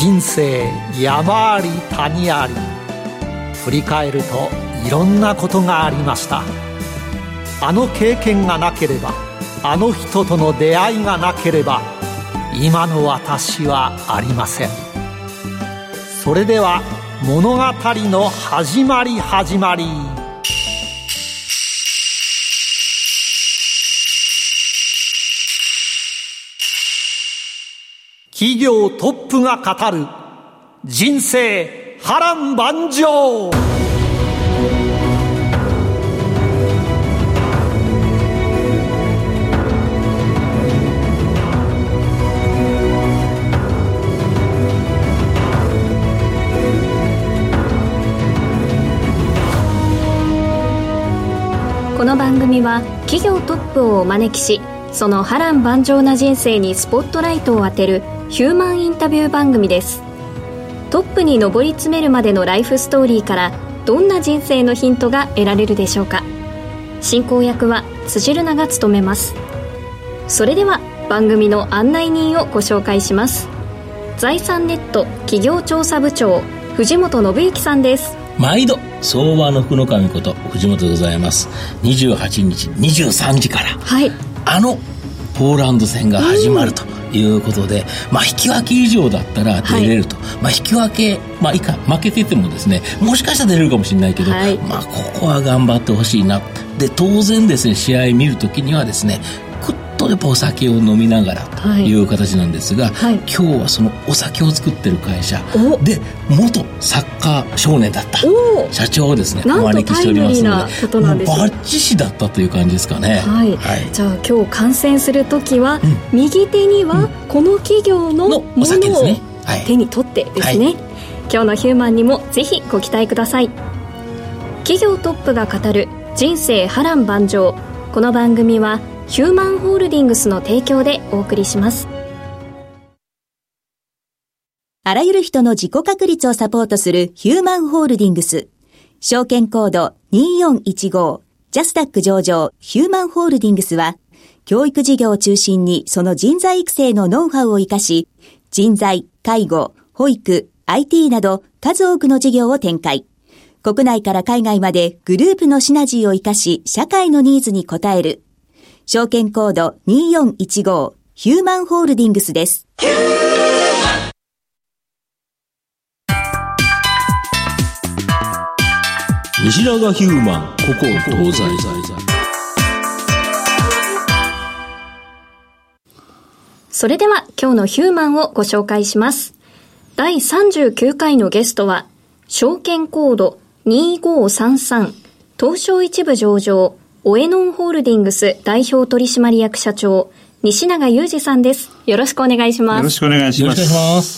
人生山あり谷あり、振り返るといろんなことがありました。あの経験がなければ、あの人との出会いがなければ、今の私はありません。それでは物語の始まり。企業トップが語る人生波乱万丈。 この番組は企業トップをお招きし、その波乱万丈な人生にスポットライトを当てるヒューマンインタビュー番組です。トップに上り詰めるまでのライフストーリーからどんな人生のヒントが得られるでしょうか。進行役は辻るなが務めます。それでは番組の案内人をご紹介します。財産ネット企業調査部長、藤本信之さんです。 毎度相場の福の神こと藤本でございます。28日23時から、はい、ポーランド戦が始まるということで、引き分け以上だったら出れると、引き分け、以下負けててもですね、もしかしたら出れるかもしれないけど、ここは頑張ってほしいな。で当然ですね、試合見るときにはですね、やっぱお酒を飲みながらという形なんですが、今日はそのお酒を作ってる会社で元サッカー少年だった社長をですね、お招きしておりますので、バッチシだったという感じですかね。 じゃあ今日観戦するときは、右手にはこの企業のものを手に取ってですね、今日のヒューマンにもぜひご期待ください。企業トップが語る人生波乱万丈。この番組はヒューマンホールディングスの提供でお送りします。 あらゆる人の自己確立をサポートするヒューマンホールディングス。証券コード2415ジャスダック上場ヒューマンホールディングスは、教育事業を中心にその人材育成のノウハウを生かし、人材、介護、保育、IT など数多くの事業を展開。国内から海外までグループのシナジーを生かし、社会のニーズに応える。証券コード2415ヒューマンホールディングスです。 西永ヒューマン、ここ東西。 それでは今日のヒューマンをご紹介します。第39回のゲストは、証券コード2533東証一部上場オエノンホールディングス代表取締役社長、西永裕二さんです。よろしくお願いします。 よろしくお願いします。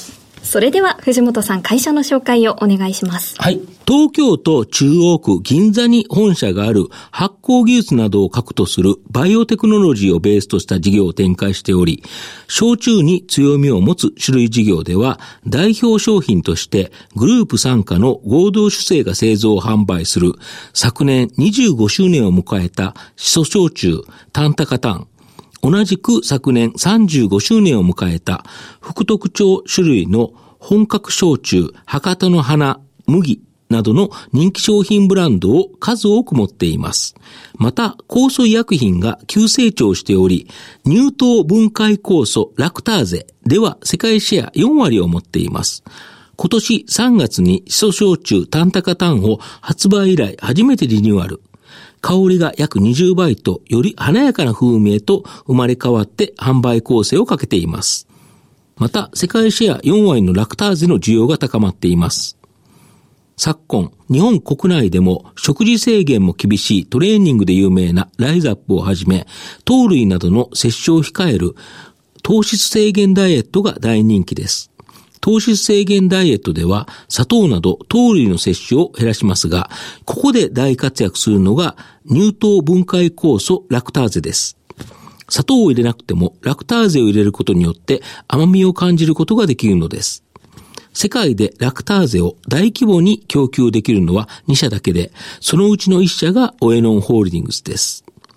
それでは藤本さん、会社の紹介をお願いします。 はい。東京都中央区銀座に本社がある発酵技術などを核とするバイオテクノロジーをベースとした事業を展開しており、焼酎に強みを持つ種類事業では、代表商品としてグループ傘下の合同酒製が製造販売する昨年25周年を迎えたシソ焼酎タンタカタン、同じく昨年35周年を迎えた福徳町種類の本格焼酎博多の花麦などの人気商品ブランドを数多く持っています。また酵素医薬品が急成長しており、乳糖分解酵素ラクターゼでは世界シェア4割を持っています。今年3月にシソ焼酎タンタカタンを発売以来初めてリニューアル。香りが約20倍とより華やかな風味へと生まれ変わって販売構成をかけています。また世界シェア4割のラクターゼの需要が高まっています。昨今日本国内でも食事制限も厳しいトレーニングで有名なライザップをはじめ、糖類などの摂取を控える糖質制限ダイエットが大人気です。糖質制限ダイエットでは砂糖など糖類の摂取を減らしますが、ここで大活躍するのが乳糖分解酵素ラクターゼです。砂糖を入れなくてもラクターゼを入れることによって甘みを感じることができるのです。世界でラクターゼを大規模に供給できるのは2社だけで、そのうちの1社がオエノンホールディングスです。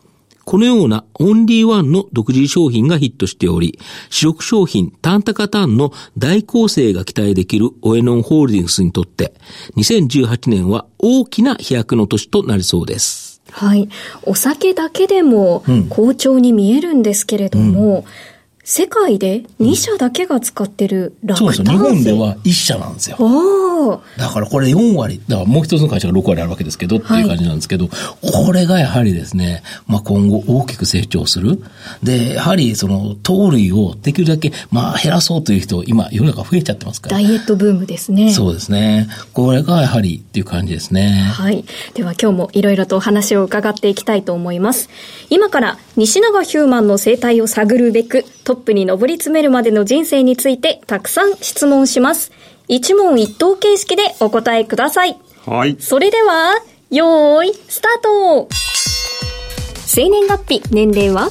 このようなオンリーワンの独自商品がヒットしており、主力商品タンタカタンの大構成が期待できるオエノンホールディングスにとって、2018年は大きな飛躍の年となりそうです。 はい。お酒だけでも好調に見えるんですけれども、世界で2社だけが使ってるラクターゼ。 そうですよ。日本では1社なんですよ。だからこれ4割、だからもう一つの会社が6割あるわけですけどっていう感じなんですけど、これがやはりですね、今後大きく成長する。で、やはりその糖類をできるだけ減らそうという人、今世の中増えちゃってますから。 ダイエットブームですね。 そうですね。これがやはりっていう感じですね。 はい。では今日もいろいろとお話を伺っていきたいと思います。今から西永ヒューマンの生態を探るべく、トップに上り詰めるまでの人生についてたくさん質問します。一問一答形式でお答えください。 はい。 それでは、よーい、スタート。生年月日、年齢は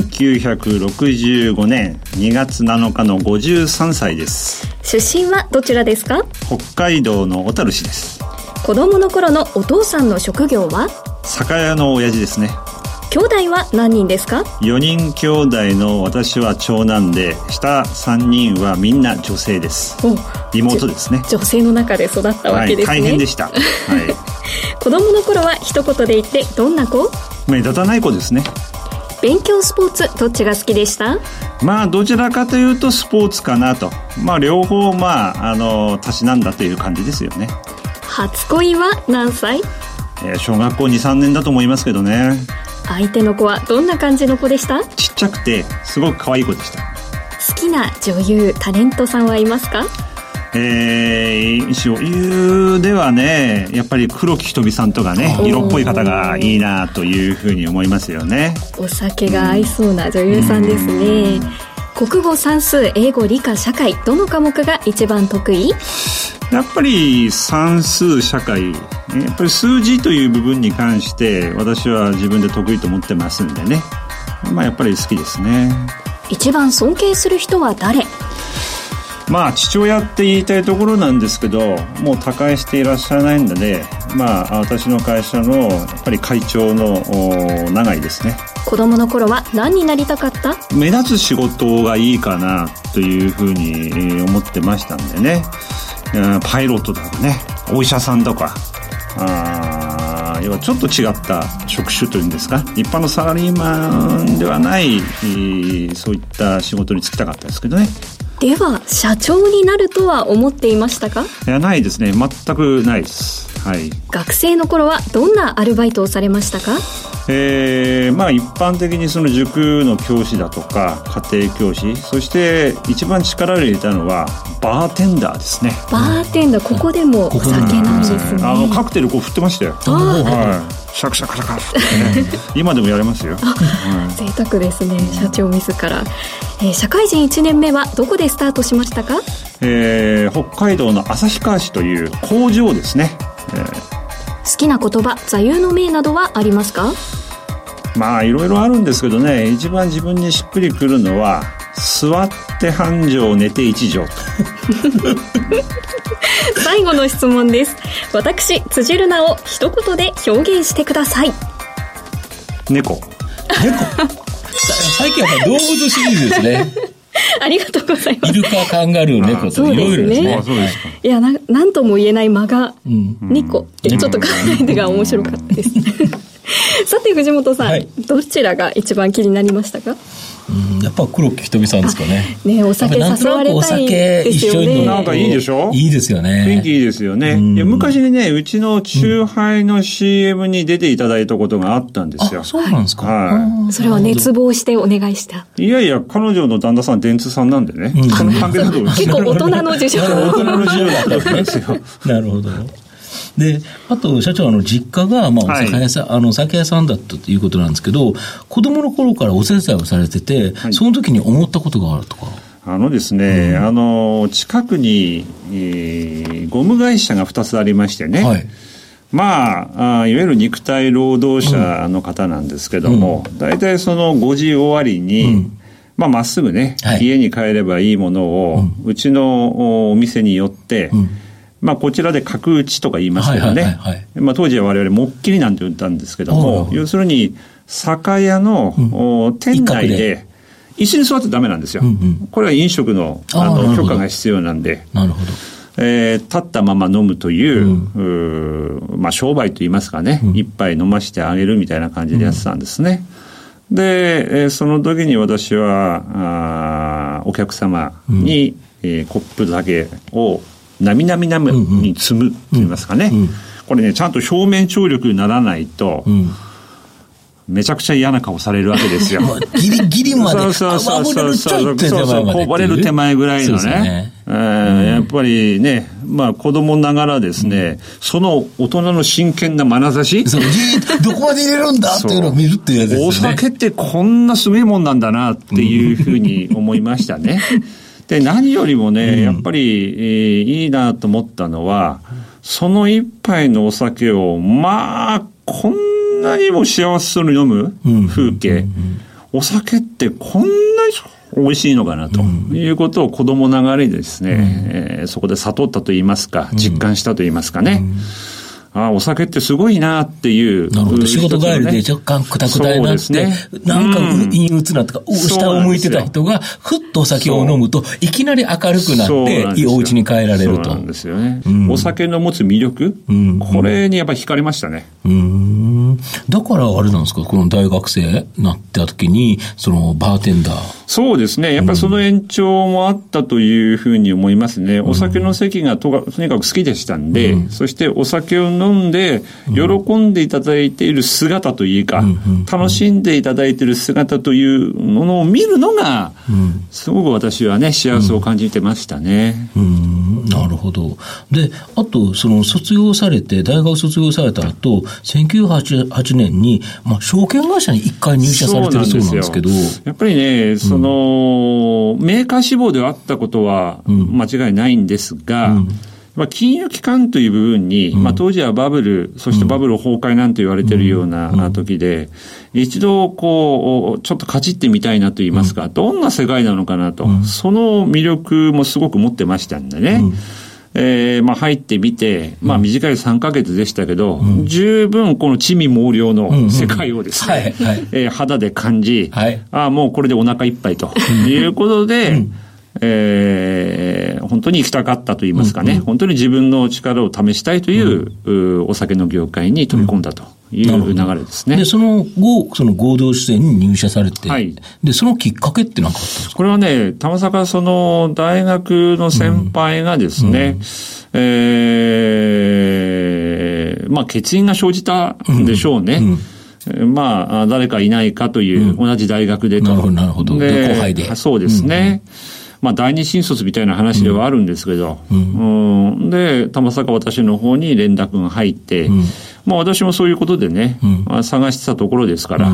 1965年2月7日の53歳です。 出身はどちらですか？ 北海道の小樽市です。 子供の頃のお父さんの職業は？ 酒屋の親父ですね。 兄弟は何人ですか ？4人兄弟の私は長男で、下3人はみんな女性です。妹ですね。 女性の中で育ったわけですね。 大変でした。 子供の頃は一言で言ってどんな子？ 目立たない子ですね。 勉強スポーツどっちが好きでした？ どちらかというとスポーツかなと。両方たしなんだという感じですよね。 初恋は何歳？ 小学校 2,3 年だと思いますけどね。 相手の子はどんな感じの子でした？ ちっちゃくてすごく可愛い子でした。 好きな女優タレントさんはいますか？ 女優ではね、やっぱり黒木瞳さんとかね、色っぽい方がいいなというふうに思いますよね。 お酒が合いそうな女優さんですね。国語、算数、英語、理科、社会、どの科目が一番得意？ やっぱり算数、社会、やっぱり数字という部分に関して私は自分で得意と思ってますんでね、やっぱり好きですね。 一番尊敬する人は誰？ 父親って言いたいところなんですけど、もう他界していらっしゃらないので、私の会社のやっぱり会長の永井ですね。 子供の頃は何になりたかった？ 目立つ仕事がいいかなというふうに思ってましたんでね、パイロットとかね、お医者さんとか、要はちょっと違った職種というんですか、一般のサラリーマンではないそういった仕事に就きたかったですけどね。 では社長になるとは思っていましたか？ いや、ないですね。全くないです。はい。 学生の頃はどんなアルバイトをされましたか？ 一般的にその塾の教師だとか家庭教師、そして一番力を入れたのはバーテンダーですね。 バーテンダー、ここでもお酒なんですね。 カクテル振ってましたよ。シャクシャクシャクってね今でもやれますよ。 贅沢ですね、社長自ら。社会人1年目はどこでスタートしましたか？ 北海道の旭川市という工場ですね。 好きな言葉、座右の銘などはありますか？ いろいろあるんですけどね、一番自分にしっくりくるのは座って半畳寝て一畳最後の質問です。私辻るなを一言で表現してください。 猫最近は動物シリーズですね。 ありがとうございます。 イルカ、カンガルー、猫といろいろですね。 いや、なんとも言えない間が2個ってちょっと考えてが面白かったですさて藤本さん、どちらが一番気になりましたか？ やっぱ黒木瞳さんですかね。 お酒誘われたいですよね。 なんかいいでしょ？ いいですよね。 雰囲気いいですよね。いや、昔にね、うちの酎ハイの CM に出ていただいたことがあったんですよ。 そうなんですか。 それは熱望してお願いした？ いやいや、彼女の旦那さん電通さんなんでね。その関係だと結構大人の事情。 大人の事情だったんですよ。なるほど。で、あと社長実家がお酒屋さん、酒屋さんだったということなんですけど、子供の頃からお手伝いをされてて、その時に思ったことがあるとか。 ですね、近くに、ゴム会社が2つありましてね。いわゆる肉体労働者の方なんですけども、大体その5時終わりに、まっすぐね、家に帰ればいいものを、うちのお店に寄って、こちらで角打ちとか言いますけどね。当時は我々もっきりなんて言ったんですけども、要するに酒屋の、店内で、椅子に座ってダメなんですよ。これは飲食の、許可が必要なんで。 なるほど。 立ったまま飲むという、まあ、商売といいますかね、一杯飲ましてあげるみたいな感じでやってたんですね。で、その時に私は、お客様に、コップ酒をなみなみなみに積むと言いますかね。これね、ちゃんと表面張力にならないと、めちゃくちゃ嫌な顔されるわけですよ。 ギリギリまで。 こぼれる手前ぐらいのね。やっぱりね、まあ子供ながらですね、その大人の真剣な眼差し。 どこまで入れるんだっていうのを見るっていうやつですね。 お酒ってこんなすごいもんなんだなっていうふうに思いましたね。で、何よりもね、やっぱり、いいなと思ったのは、その一杯のお酒を、まあ、こんなにも幸せそうに飲む風景、お酒ってこんなに美味しいのかなということを子供ながらにですね、そこで悟ったと言いますか、実感したと言いますかね。お酒ってすごいなっていう。 なるほど。仕事帰りで若干クタクタになって、なんか陰鬱なとか、下を向いてた人が、ふっとお酒を飲むと、いきなり明るくなって、お家に帰られると。 そうなんですよね。お酒の持つ魅力、これにやっぱり惹かれましたね。 だからあれなんですか、この大学生になった時に、そのバーテンダー。 そうですね。やっぱりその延長もあったというふうに思いますね。お酒の席がとにかく好きでしたんで、そしてお酒を飲んで喜んでいただいている姿というか、楽しんでいただいている姿というものを見るのが、すごく私はね、幸せを感じてましたね。 なるほど。で、あと、その卒業されて、大学卒業された後、1988年に、まあ、証券会社に一回入社されてるそうなんですけど。 やっぱりね、その、メーカー志望ではあったことは間違いないんですが、金融機関という部分に、当時はバブル、そしてバブル崩壊なんて言われているような時で、一度こう、ちょっとかじってみたいなと言いますか、どんな世界なのかなと、その魅力もすごく持ってましたんでね。入ってみて、短い3ヶ月でしたけど、十分この地味猛量の世界をですね、肌で感じ、もうこれでお腹いっぱいということで、本当に行きたかったと言いますかね、本当に自分の力を試したいという、お酒の業界に飛び込んだという流れですね。 で、その後、その合同支店に入社されて、で、そのきっかけって何かあったんですか？ これはね、たまさかその大学の先輩がですね、欠員が生じたんでしょうね。誰かいないかという、同じ大学でと。 なるほど。で、後輩で。 そうですね。第二新卒みたいな話ではあるんですけど、で、たまさか私の方に連絡が入って、私もそういうことでね、探してたところですから、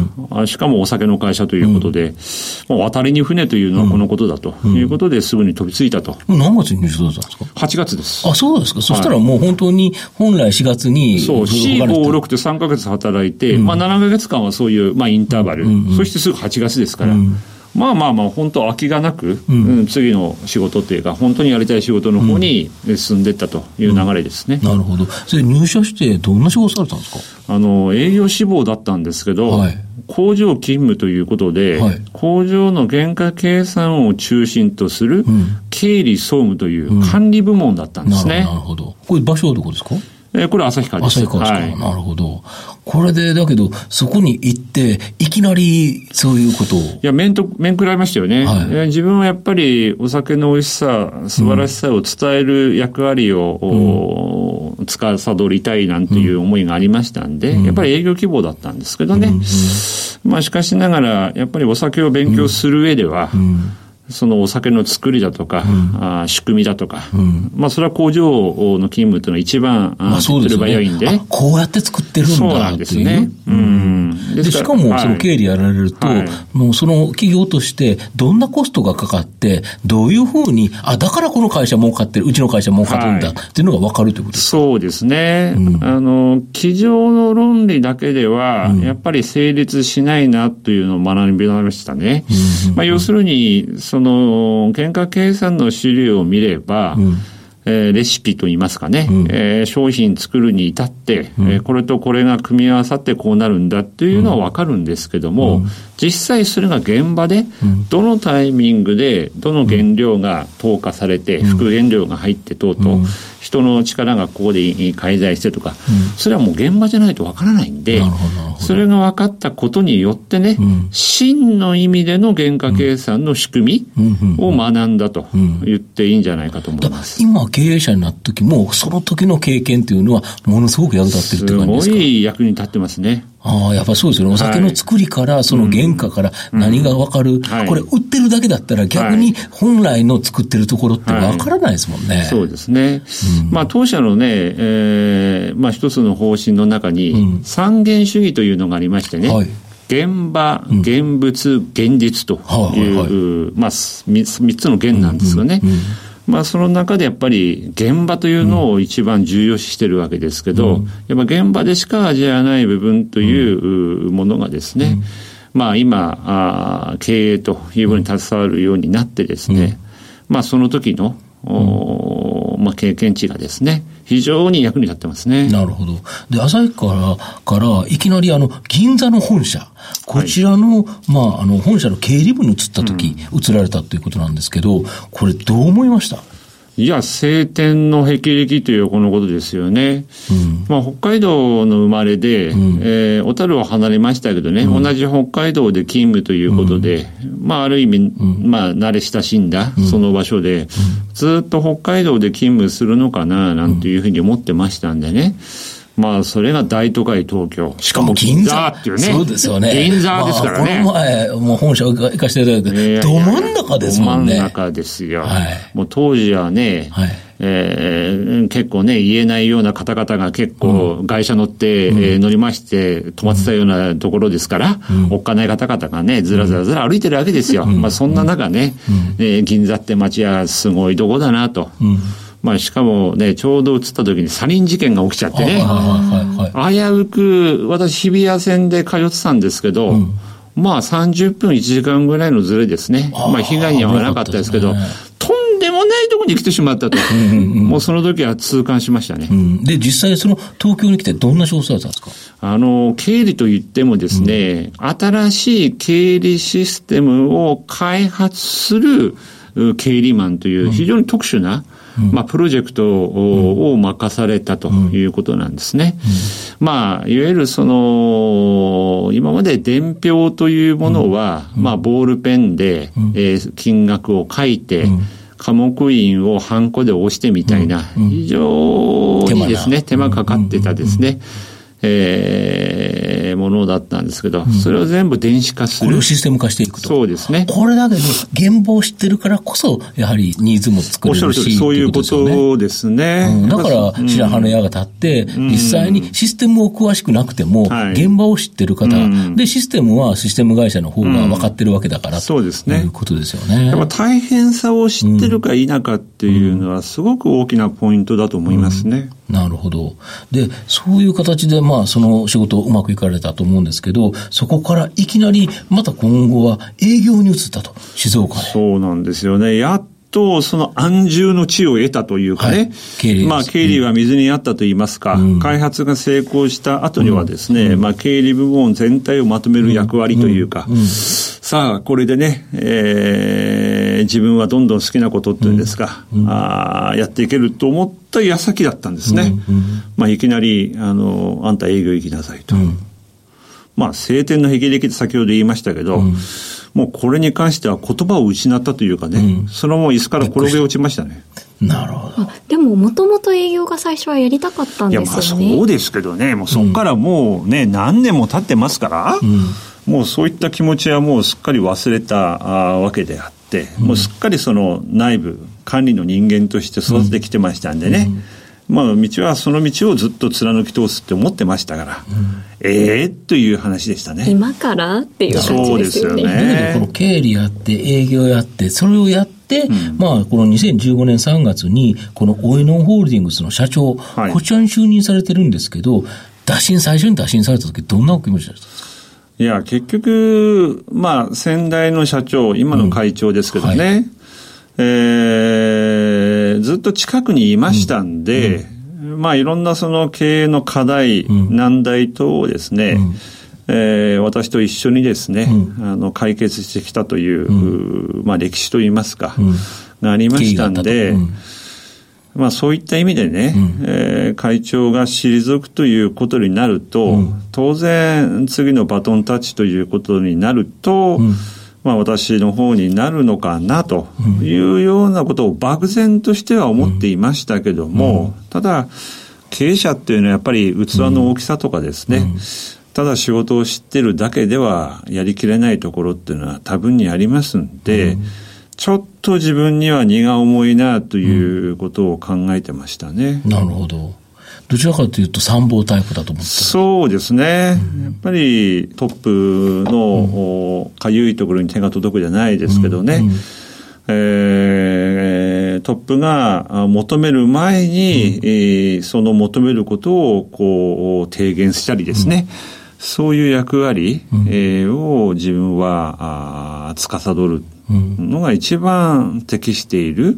しかもお酒の会社ということで、渡りに船というのはこのことだということですぐに飛びついたと。 何月に入社だったんですか ？8月です。 あ、そうですか。そしたらもう本当に本来4月に。 そう、4、5、6って3ヶ月働いて、7ヶ月間はそういう、インターバル、そしてすぐ8月ですから、本当空きがなく、次の仕事っていうか、本当にやりたい仕事の方に進んでいったという流れですね。 なるほど。それ入社してどんな仕事されたんですか？ 営業志望だったんですけど、工場勤務ということで、工場の原価計算を中心とする経理総務という管理部門だったんですね。 なるほど。これ場所はどこですか？ これ旭川です。 旭川ですか。なるほど。これで、だけど、そこに行って、いきなり、そういうことを。いや、面食らいましたよね。自分はやっぱり、お酒の美味しさ、素晴らしさを伝える役割を、司りたいなんていう思いがありましたんで、やっぱり営業希望だったんですけどね。しかしながら、やっぱりお酒を勉強する上では、そのお酒の作りだとか、仕組みだとか、それは工場の勤務というのは一番知ってれば良いんで、 こうやって作ってるんだっていう。そうなんですね。でしかもその経理やられると、もうその企業としてどんなコストがかかって、どういうふうに、だからこの会社儲かってる、うちの会社儲かってるんだっていうのが分かるということですか？ そうですね。机上の論理だけでは、やっぱり成立しないなというのを学びましたね。要するに、その原価計算の資料を見れば、 レシピといいますかね、商品作るに至って、これとこれが組み合わさってこうなるんだっていうのはわかるんですけども、実際それが現場でどのタイミングでどの原料が投下されて、副原料が入って等々、人の力がここで介在してとか、それはもう現場じゃないとわからないんで、それが分かったことによってね、真の意味での原価計算の仕組みを学んだと言っていいんじゃないかと思います。 今経営者になった時もその時の経験というのはものすごく役立ってるって感じですか？ すごい役に立ってますね。 やっぱそうですよね。お酒の作りから、その原価から何がわかる、これ売ってるだけだったら逆に本来の作ってるところってわからないですもんね。 そうですね。当社のね、一つの方針の中に三元主義というのがありましてね、現場、現物、現実という、三つの元なんですよね。その中でやっぱり現場というのを一番重要視してるわけですけど、やっぱ現場でしか味わえない部分というものがですね、今経営というものに携わるようになってですね、その時の経験値がですね、非常に役に立ってますね。 なるほど。で、旭川からいきなり銀座の本社、こちらの、本社の経理部に移った時、移られたということなんですけど、これどう思いました？ いや、青天の霹靂というこのことですよね。北海道の生まれで、小樽を離れましたけどね、同じ北海道で勤務ということで、ある意味、慣れ親しんだその場所で、ずっと北海道で勤務するのかな、なんていうふうに思ってましたんでね。それが大都会東京。 しかも銀座っていうね。そうですよね。 銀座ですからね。 この前、もう本社を行かせていただいて、ど真ん中ですもんね。 ど真ん中ですよ。もう当時はね、結構ね、言えないような方々が結構外車乗って、乗りまして止まってたようなところですから、おっかない方々がね、ずら歩いてるわけですよ。そんな中ね、銀座って街はすごいとこだなと。しかもね、ちょうど移った時にサリン事件が起きちゃってね、危うく私日比谷線で通ってたんですけど、30分1時間ぐらいのズレですね。被害にはなかったですけど、とんでもないところに来てしまったと。もうその時は痛感しましたね。 で、実際その東京に来てどんな仕事されたんですか？ 経理といってもですね、新しい経理システムを開発する経理マンという非常に特殊なプロジェクトを任されたということなんですね。いわゆる今まで伝票というものは、ボールペンで、金額を書いて、科目員をハンコで押してみたいな、非常にですね、手間かかってたですね、ものだったんですけど、それを全部電子化する。 これをシステム化していくと。 そうですね。 これだけど、現場を知ってるからこそ、やはりニーズも作れるし、 そういうことですね。 だから、白羽の矢が立って、実際にシステムを詳しくなくても、現場を知ってる方、で、システムはシステム会社の方が分かってるわけだから、 そうですね。 ということですよね。 やっぱ大変さを知ってるか否かっていうのは、すごく大きなポイントだと思いますね。 なるほど。で、そういう形で、その仕事うまくいかれたと思うんですけど、そこからいきなり、また今後は営業に移ったと、静岡で。 そうなんですよね。やっと、その安住の地を得たというかね。経理は水にあったと言いますか、開発が成功した後にはですね、経理部門全体をまとめる役割というか、さあ、これでね、自分はどんどん好きなことっていうんですか、やっていけると思った矢先だったんですね。いきなり、あんた営業行きなさいと。青天の霹靂って先ほど言いましたけど、もうこれに関しては言葉を失ったというかね、そのまま椅子から転げ落ちましたね。 なるほど。 でも、もともと営業が最初はやりたかったんですよね。 そうですけどね、もうそこからもうね、何年も経ってますから、もうそういった気持ちはもうすっかり忘れたわけであって、もうすっかりその内部管理の人間として育ててきてましたんでね、道はその道をずっと貫き通すって思ってましたから、という話でしたね。 今からっていう感じですよね。 そうですよね。この経理やって営業やってそれをやって、この2015年3月にこのオエノンホールディングスの社長、こちらに就任されてるんですけど、最初に打診された時どんなお気持ちだったんですか？ いや、結局先代の社長、今の会長ですけどね、ずっと近くにいましたんで、まあいろんなその経営の課題、難題等をですね、私と一緒にですね、解決してきたという、まあ歴史といいますか、がありましたんで、まあそういった意味でね、会長が退くということになると、当然次のバトンタッチということになると、まあ私の方になるのかなというようなことを漠然としては思っていましたけども、ただ経営者っていうのはやっぱり器の大きさとかですね、ただ仕事を知ってるだけではやりきれないところっていうのは多分にありますんで、ちょっと自分には荷が重いなということを考えてましたね。 なるほど。どちらかというと参謀タイプだと思って。 そうですね。やっぱりトップのかゆいところに手が届くじゃないですけどね。トップが求める前に、その求めることをこう提言したりですね。そういう役割、を自分は司るのが一番適している、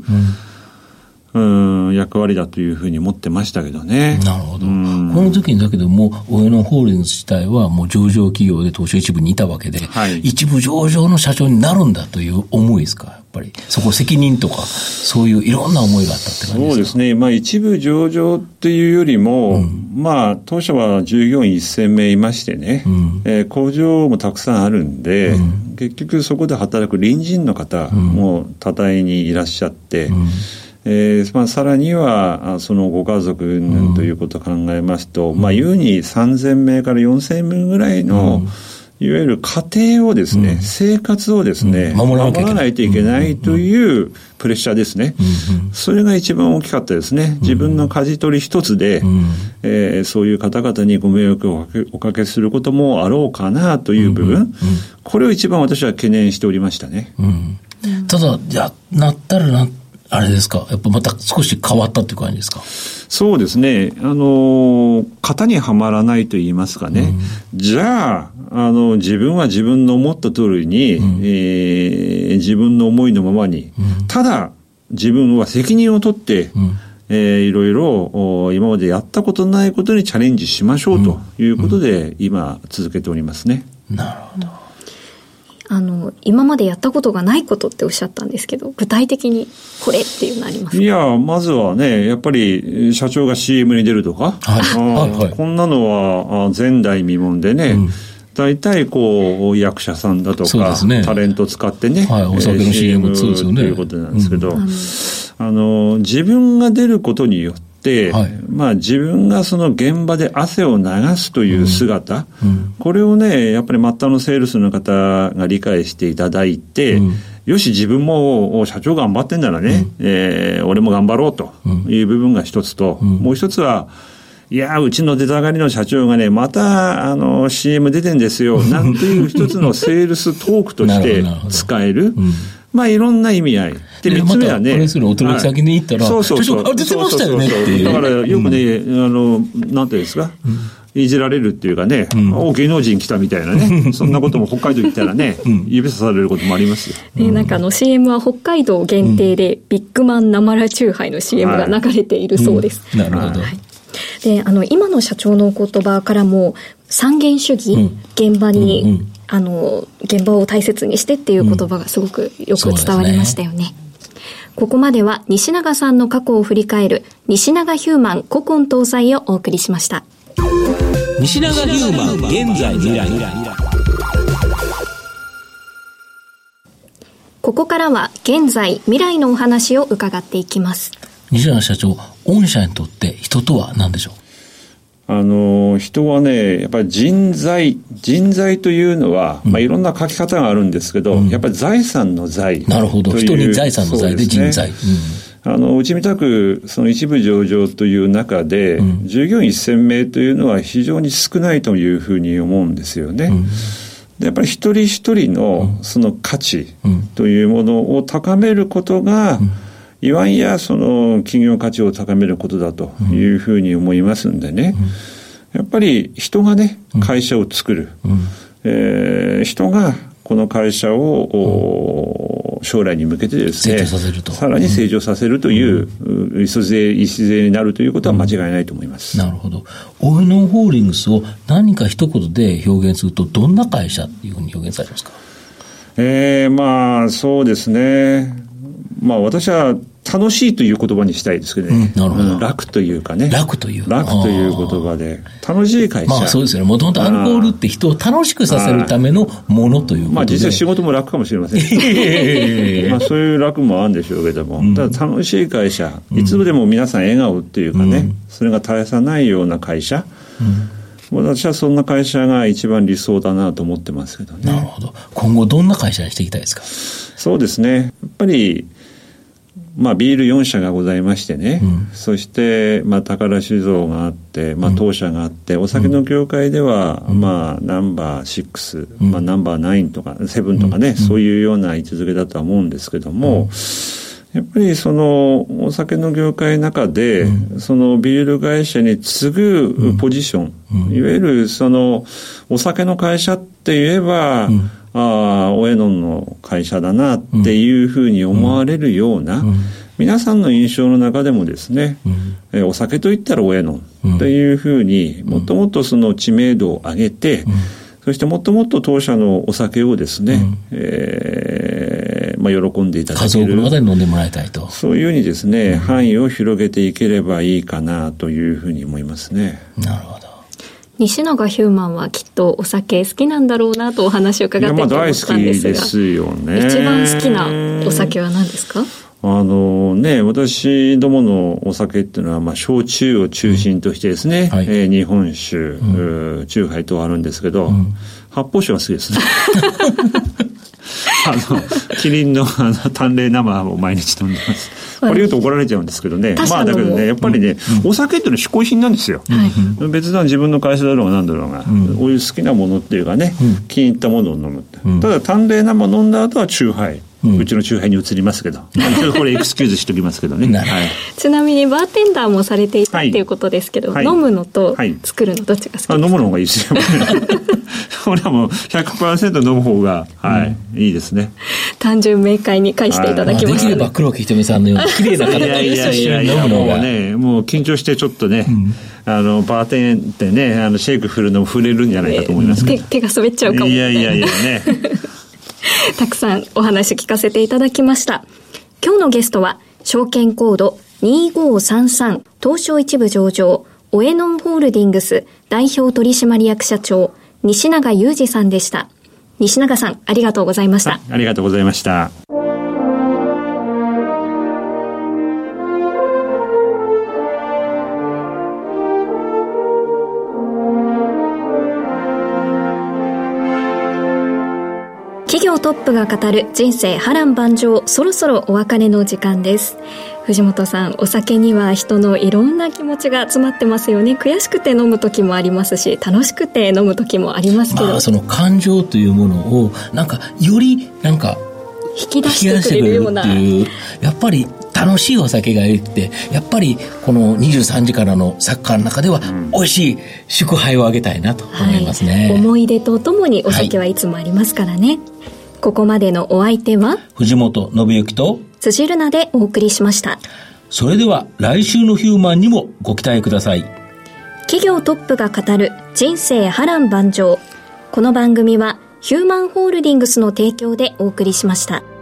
役割だというふうに思ってましたけどね。 なるほど。この時にだけども、上野ホールディングス自体はもう上場企業で東証一部にいたわけで、一部上場の社長になるんだという思いですか、やっぱり。そこ責任とか、そういういろんな思いがあったって感じですか。 そうですね。まあ一部上場っていうよりも、まあ当社は従業員1000名いましてね、工場もたくさんあるんで、結局そこで働く隣人の方も多大にいらっしゃって、まあ、さらにはそのご家族ということを考えますと、まあ優に3000名から4000名ぐらいの、いわゆる家庭をですね、生活をですね、守らないといけないというプレッシャーですね。それが一番大きかったですね。自分の舵取り一つで、そういう方々にご迷惑をおかけすることもあろうかなという部分、これを一番私は懸念しておりましたね。 ただ、なったらあれですか、やっぱまた少し変わったっていう感じですか。 そうですね。型にはまらないと言いますかね。じゃあ、自分は自分の思った通りに、自分の思いのままに、ただ自分は責任を取って、いろいろ今までやったことないことにチャレンジしましょうということで、今続けておりますね。 なるほど。 今までやったことがないことっておっしゃったんですけど、具体的にこれっていうのありますか？ いや、まずはね、やっぱり社長が CM に出るとか、こんなのは前代未聞でね、大体こう役者さんだとか、タレント使ってね、 お酒の CM ということなんですけど、自分が出ることによって、まあ自分がその現場で汗を流すという姿、これをね、やっぱり末端のセールスの方が理解していただいて、よし自分も社長頑張ってんならね、俺も頑張ろうという部分が一つと、もう一つは、いやうちの出たがりの社長がねまたCM 出てんですよなんていう一つのセールストークとして使えるまあいろんな意味合いで3つ目はね、 またこれするお取引先に行ったら、 そうそうそう、 出てましたよねっていう。 だからよくね、なんていうんですか、いじられるっていうかね、芸能人来たみたいなね、そんなことも北海道行ったらね、指さされることもありますよ。 で、なんかCM は北海道限定で、ビッグマン生ラチューハイの CM が流れているそうです。 なるほど。 で、今の社長の言葉からも、三元主義、現場に、現場を大切にしてっていう言葉がすごくよく伝わりましたよね。ここまでは西永さんの過去を振り返る西永ヒューマン古今東西をお送りしました。 西永ヒューマン現在未来。 ここからは現在未来のお話を伺っていきます。 西永社長、御社にとって人とは何でしょう？ 人はね、やっぱり人材というのは、まあいろんな書き方があるんですけど、やっぱり財産の財。 なるほど。人に財産の財で人材。 うちみたく、その一部上場という中で、従業員1000名というのは非常に少ないというふうに思うんですよね。でやっぱり一人一人のその価値というものを高めることが、いわんやその企業価値を高めることだというふうに思いますんでね、やっぱり人がね会社を作る、人がこの会社を将来に向けてですね、 成長させると、 さらに成長させるという、礎になるということは間違いないと思います。 なるほど。オエノンホールディングスを何か一言で表現すると、どんな会社っていうふうに表現されますか？ まあそうですね。まあ私は楽しいという言葉にしたいですけどね。 なるほど。 楽というかね。 楽という言葉で。楽しい会社。 まあそうですよね。もともとアルコールって人を楽しくさせるためのものということで。 まあ実際仕事も楽かもしれません。まあそういう楽もあるんでしょうけども。ただ楽しい会社。いつでも皆さん笑顔っていうかね。それが絶やさないような会社。私はそんな会社が一番理想だなと思ってますけどね。 なるほど。今後どんな会社にしていきたいですか？ そうですね。やっぱりまあ、ビール4社がございましてね、そして、まあ、宝酒造があって、まあ、当社があって、お酒の業界では、まあ、ナンバー6、まあ、ナンバー9とか、7とかね、そういうような位置づけだとは思うんですけども、やっぱりその、お酒の業界の中で、そのビール会社に次ぐポジション、いわゆるその、お酒の会社って言えば、オエノンの会社だなっていうふうに思われるような、皆さんの印象の中でもですね、お酒といったらオエノンというふうにもっともっとその知名度を上げて、そしてもっともっと当社のお酒をですね、まあ、喜んでいただける、 数多くの方に飲んでもらいたいと、 そういうふうにですね、範囲を広げていければいいかなというふうに思いますね。 なるほど。 西永ヒューマンはきっとお酒好きなんだろうなとお話を伺っていて思ったんですが、 大好きですよね。 一番好きなお酒は何ですか？ 私どものお酒っていうのは、まあ、焼酎を中心としてですね、日本酒、酎ハイ等あるんですけど、発泡酒が好きですね。キリンの淡麗生を毎日飲んでます。これ言うと怒られちゃうんですけどね。まあだけどね、やっぱりね、お酒っていうのは嗜好品なんですよ。別段自分の会社だろうが何だろうが、こういう好きなものっていうかね、気に入ったものを飲む。ただ淡麗生飲んだ後は酎ハイ。うちの酎ハイに移りますけど、一応これエクスキューズしておきますけどね。 ちなみにバーテンダーもされていたっていうことですけど、飲むのと作るのどっちが好きですか？ 飲むの方がいいですよ。これはもう 100% 飲む方が、いいですね。単純明快に返していただきました、ね。 できれば黒木ひとみさんのような綺麗な方と一緒に飲むのがもう緊張してちょっとね、バーテンってね、シェイク振るのも触れるんじゃないかと思いますけど、 手が滑っちゃうかも。 いやね。 たくさんお話聞かせていただきました。今日のゲストは証券コード2533東証一部上場オエノンホールディングス代表取締役社長西永裕二さんでした。西永さん、ありがとうございました。 ありがとうございました。 企業トップが語る人生波乱万丈、そろそろお別れの時間です。藤本さん、お酒には人のいろんな気持ちが詰まってますよね。悔しくて飲む時もありますし、楽しくて飲む時もありますけど、 その感情というものをなんかよりなんか引き出してくれるような、 やっぱり楽しいお酒がいいって、やっぱりこの23時からのサッカーの中では美味しい祝杯をあげたいなと思いますね。 思い出とともにお酒はいつもありますからね。ここまでのお相手は藤本信之と辻るなでお送りしました。 それでは来週のヒューマンにもご期待ください。 企業トップが語る人生波乱万丈。この番組はヒューマンホールディングスの提供でお送りしました。